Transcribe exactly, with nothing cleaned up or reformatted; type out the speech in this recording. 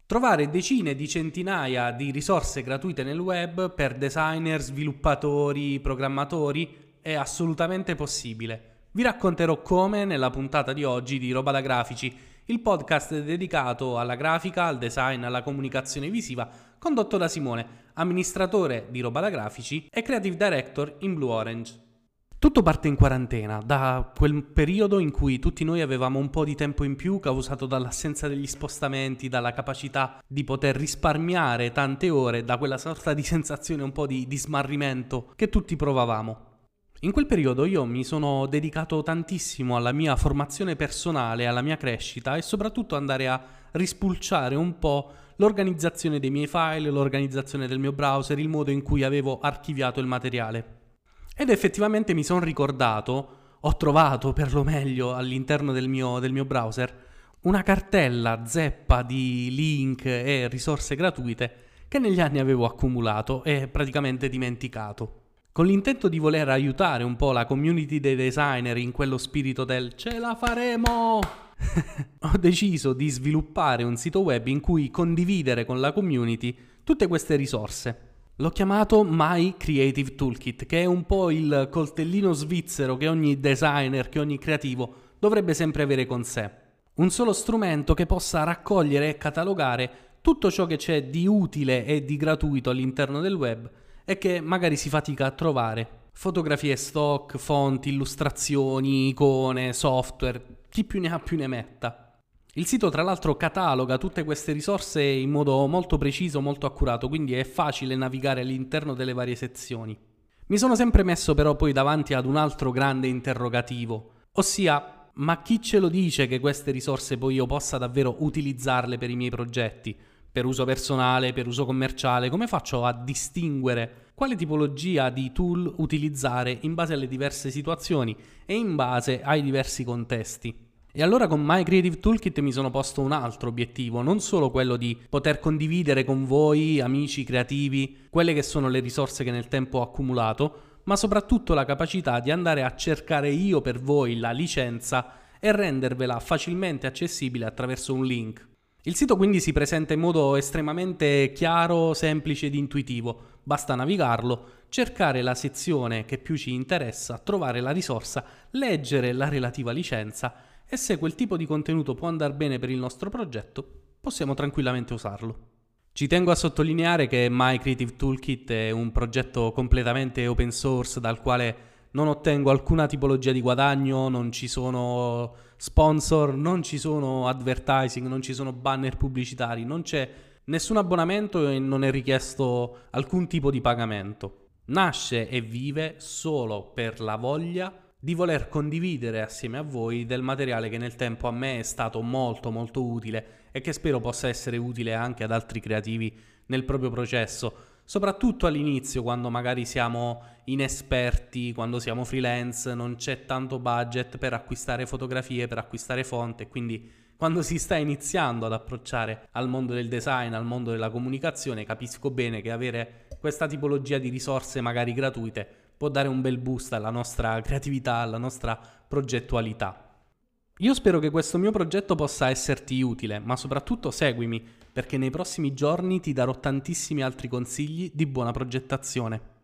Trovare decine di centinaia di risorse gratuite nel web per designer, sviluppatori, programmatori è assolutamente possibile. Vi racconterò come nella puntata di oggi di Roba da Grafici, il podcast dedicato alla grafica, al design, alla comunicazione visiva, condotto da Simone, amministratore di Roba da Grafici e creative director in Blue Orange. Tutto parte in quarantena, da quel periodo in cui tutti noi avevamo un po' di tempo in più causato dall'assenza degli spostamenti, dalla capacità di poter risparmiare tante ore, da quella sorta di sensazione un po' di, di smarrimento che tutti provavamo. In quel periodo io mi sono dedicato tantissimo alla mia formazione personale, alla mia crescita e soprattutto andare a rispulciare un po' l'organizzazione dei miei file, l'organizzazione del mio browser, il modo in cui avevo archiviato il materiale. Ed effettivamente mi sono ricordato, ho trovato per lo meglio all'interno del mio, del mio browser, una cartella zeppa di link e risorse gratuite che negli anni avevo accumulato e praticamente dimenticato. Con l'intento di voler aiutare un po' la community dei designer in quello spirito del "ce la faremo", ho deciso di sviluppare un sito web in cui condividere con la community tutte queste risorse. L'ho chiamato My Creative Toolkit, che è un po' il coltellino svizzero che ogni designer, che ogni creativo dovrebbe sempre avere con sé. Un solo strumento che possa raccogliere e catalogare tutto ciò che c'è di utile e di gratuito all'interno del web e che magari si fatica a trovare. Fotografie stock, fonti, illustrazioni, icone, software, chi più ne ha più ne metta. Il sito tra l'altro cataloga tutte queste risorse in modo molto preciso, molto accurato, quindi è facile navigare all'interno delle varie sezioni. Mi sono sempre messo però poi davanti ad un altro grande interrogativo, ossia, ma chi ce lo dice che queste risorse poi io possa davvero utilizzarle per i miei progetti? Per uso personale, per uso commerciale, come faccio a distinguere quale tipologia di tool utilizzare in base alle diverse situazioni e in base ai diversi contesti? E allora con My Creative Toolkit mi sono posto un altro obiettivo, non solo quello di poter condividere con voi, amici creativi, quelle che sono le risorse che nel tempo ho accumulato, ma soprattutto la capacità di andare a cercare io per voi la licenza e rendervela facilmente accessibile attraverso un link. Il sito quindi si presenta in modo estremamente chiaro, semplice ed intuitivo. Basta navigarlo, cercare la sezione che più ci interessa, trovare la risorsa, leggere la relativa licenza e se quel tipo di contenuto può andare bene per il nostro progetto, possiamo tranquillamente usarlo. Ci tengo a sottolineare che My Creative Toolkit è un progetto completamente open source dal quale non ottengo alcuna tipologia di guadagno, non ci sono sponsor, non ci sono advertising, non ci sono banner pubblicitari, non c'è nessun abbonamento e non è richiesto alcun tipo di pagamento. Nasce e vive solo per la voglia di voler condividere assieme a voi del materiale che nel tempo a me è stato molto molto utile e che spero possa essere utile anche ad altri creativi nel proprio processo, soprattutto all'inizio quando magari siamo inesperti, quando siamo freelance, non c'è tanto budget per acquistare fotografie, per acquistare fonte, quindi quando si sta iniziando ad approcciare al mondo del design, al mondo della comunicazione, capisco bene che avere questa tipologia di risorse magari gratuite può dare un bel boost alla nostra creatività, alla nostra progettualità. Io spero che questo mio progetto possa esserti utile, ma soprattutto seguimi, perché nei prossimi giorni ti darò tantissimi altri consigli di buona progettazione.